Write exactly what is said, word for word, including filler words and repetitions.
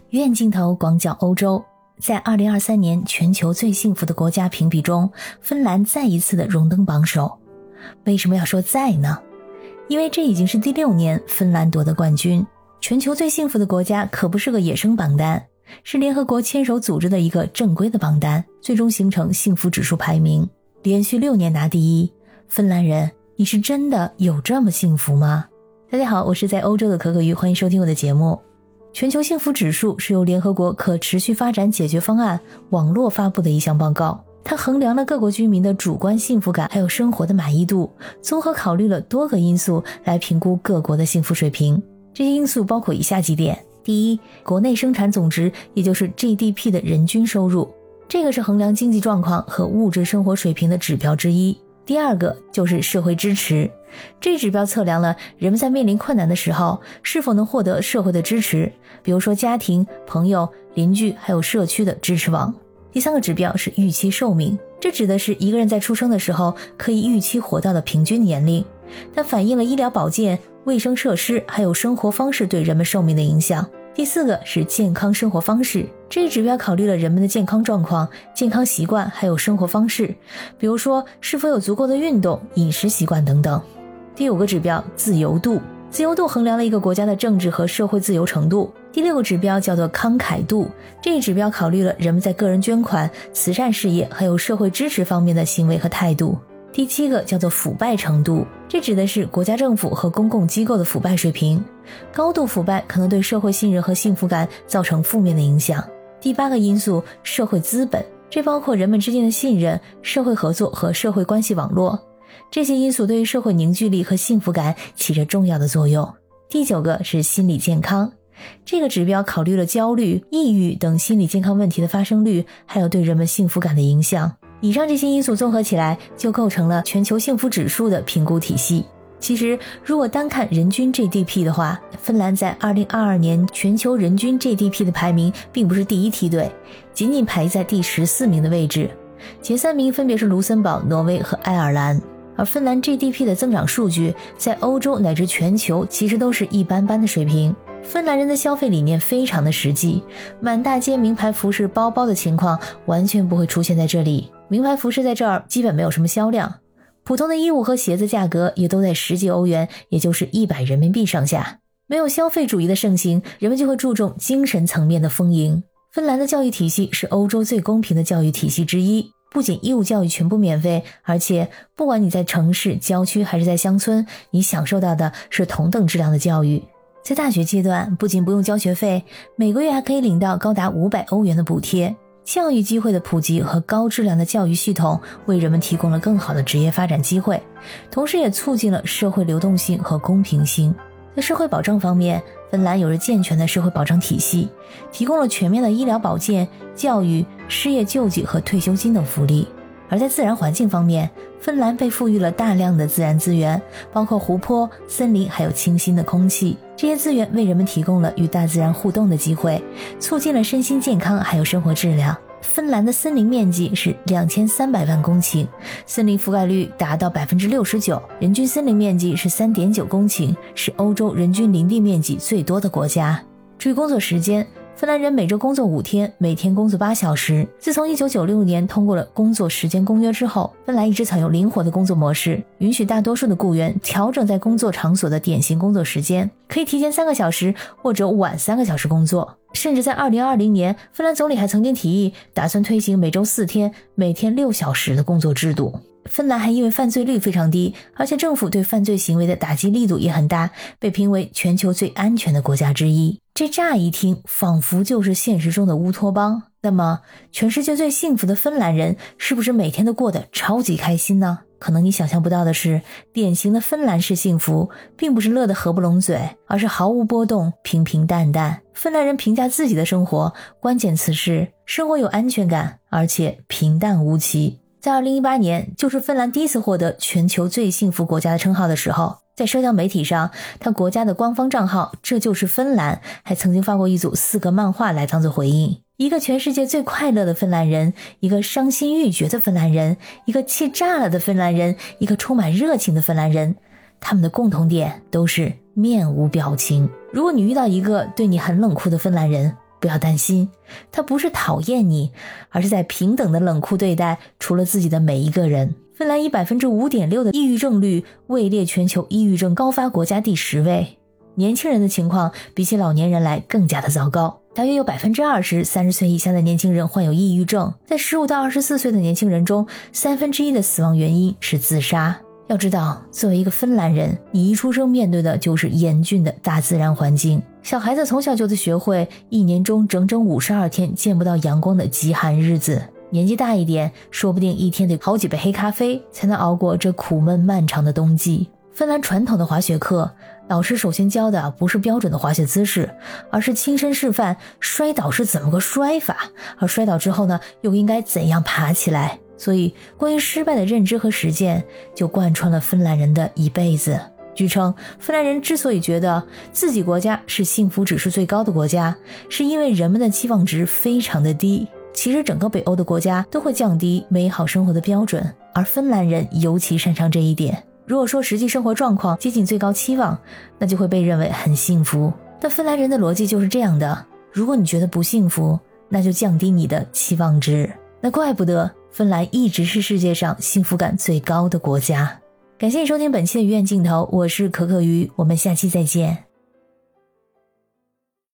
远远镜头广角欧洲，在二零二三年全球最幸福的国家评比中，芬兰再一次的荣登榜首。为什么要说再呢？因为这已经是第六年芬兰夺得冠军。全球最幸福的国家可不是个野生榜单，是联合国牵手组织的一个正规的榜单，最终形成幸福指数排名，连续六年拿第一。芬兰人，你是真的有这么幸福吗？大家好，我是在欧洲的可可鱼，欢迎收听我的节目。全球幸福指数是由联合国可持续发展解决方案网络发布的一项报告，它衡量了各国居民的主观幸福感还有生活的满意度，综合考虑了多个因素来评估各国的幸福水平。这些因素包括以下几点：第一，国内生产总值，也就是 G D P 的人均收入，这个是衡量经济状况和物质生活水平的指标之一。第二个就是社会支持，这指标测量了人们在面临困难的时候是否能获得社会的支持，比如说家庭、朋友、邻居还有社区的支持网。第三个指标是预期寿命，这指的是一个人在出生的时候可以预期活到的平均年龄，它反映了医疗保健、卫生设施还有生活方式对人们寿命的影响。第四个是健康生活方式，这一指标考虑了人们的健康状况、健康习惯还有生活方式，比如说是否有足够的运动、饮食习惯等等。第五个指标自由度，自由度衡量了一个国家的政治和社会自由程度。第六个指标叫做慷慨度，这一指标考虑了人们在个人捐款、慈善事业还有社会支持方面的行为和态度。第七个叫做腐败程度，这指的是国家政府和公共机构的腐败水平，高度腐败可能对社会信任和幸福感造成负面的影响。第八个因素社会资本，这包括人们之间的信任、社会合作和社会关系网络，这些因素对于社会凝聚力和幸福感起着重要的作用。第九个是心理健康，这个指标考虑了焦虑、抑郁等心理健康问题的发生率，还有对人们幸福感的影响。以上这些因素综合起来，就构成了全球幸福指数的评估体系。其实如果单看人均 G D P 的话，芬兰在二零二二年全球人均 G D P 的排名并不是第一梯队，仅仅排在第十四名的位置，前三名分别是卢森堡、挪威和爱尔兰。而芬兰 G D P 的增长数据在欧洲乃至全球其实都是一般般的水平。芬兰人的消费理念非常的实际，满大街名牌服饰包包的情况完全不会出现在这里，名牌服饰在这儿基本没有什么销量，普通的衣物和鞋子价格也都在十几欧元，也就是一百人民币上下。没有消费主义的盛行，人们就会注重精神层面的丰盈。芬兰的教育体系是欧洲最公平的教育体系之一，不仅义务教育全部免费，而且不管你在城市、郊区还是在乡村，你享受到的是同等质量的教育。在大学阶段，不仅不用交学费，每个月还可以领到高达五百欧元的补贴。教育机会的普及和高质量的教育系统为人们提供了更好的职业发展机会，同时也促进了社会流动性和公平性。在社会保障方面，芬兰有着健全的社会保障体系，提供了全面的医疗保健、教育、失业救济和退休金等福利。而在自然环境方面，芬兰被赋予了大量的自然资源，包括湖泊、森林还有清新的空气。这些资源为人们提供了与大自然互动的机会，促进了身心健康还有生活质量。芬兰的森林面积是两千三百万公顷，森林覆盖率达到 百分之六十九， 人均森林面积是 三点九公顷，是欧洲人均林地面积最多的国家。至于工作时间，芬兰人每周工作五天，每天工作八小时。自从一九九六年通过了工作时间公约之后，芬兰一直采用灵活的工作模式，允许大多数的雇员调整在工作场所的典型工作时间，可以提前三个小时或者晚三个小时工作。甚至在二零二零年，芬兰总理还曾经提议打算推行每周四天，每天六小时的工作制度。芬兰还因为犯罪率非常低，而且政府对犯罪行为的打击力度也很大，被评为全球最安全的国家之一。这乍一听仿佛就是现实中的乌托邦，那么全世界最幸福的芬兰人是不是每天都过得超级开心呢？可能你想象不到的是，典型的芬兰式幸福并不是乐得合不拢嘴，而是毫无波动，平平淡淡。芬兰人评价自己的生活，关键词是生活有安全感，而且平淡无奇。在二零一八年，就是芬兰第一次获得全球最幸福国家的称号的时候，在社交媒体上，他国家的官方账号这就是芬兰还曾经发过一组四格漫画来当作回应。一个全世界最快乐的芬兰人，一个伤心欲绝的芬兰人，一个气炸了的芬兰人，一个充满热情的芬兰人，他们的共同点都是面无表情。如果你遇到一个对你很冷酷的芬兰人， 不要担心，他不是讨厌你，而是在平等的冷酷对待除了自己的每一个人。芬兰以 百分之五点六 的抑郁症率位列全球抑郁症高发国家第十位。年轻人的情况比起老年人来更加的糟糕，大约有 百分之二十 三十岁以下的年轻人患有抑郁症，在十五到二十四岁的年轻人中，三分之一的死亡原因是自杀。要知道，作为一个芬兰人，你一出生面对的就是严峻的大自然环境。小孩子从小就得学会一年中整整五十二天见不到阳光的极寒日子，年纪大一点，说不定一天得好几杯黑咖啡才能熬过这苦闷漫长的冬季。芬兰传统的滑雪课，老师首先教的不是标准的滑雪姿势，而是亲身示范摔倒是怎么个摔法，而摔倒之后呢，又应该怎样爬起来。所以关于失败的认知和实践就贯穿了芬兰人的一辈子。据称，芬兰人之所以觉得自己国家是幸福指数最高的国家，是因为人们的期望值非常的低。其实整个北欧的国家都会降低美好生活的标准，而芬兰人尤其擅长这一点。如果说实际生活状况接近最高期望，那就会被认为很幸福。但芬兰人的逻辑就是这样的，如果你觉得不幸福，那就降低你的期望值。那怪不得芬兰一直是世界上幸福感最高的国家。感谢你收听本期的鱼眼镜头，我是可可鱼，我们下期再见。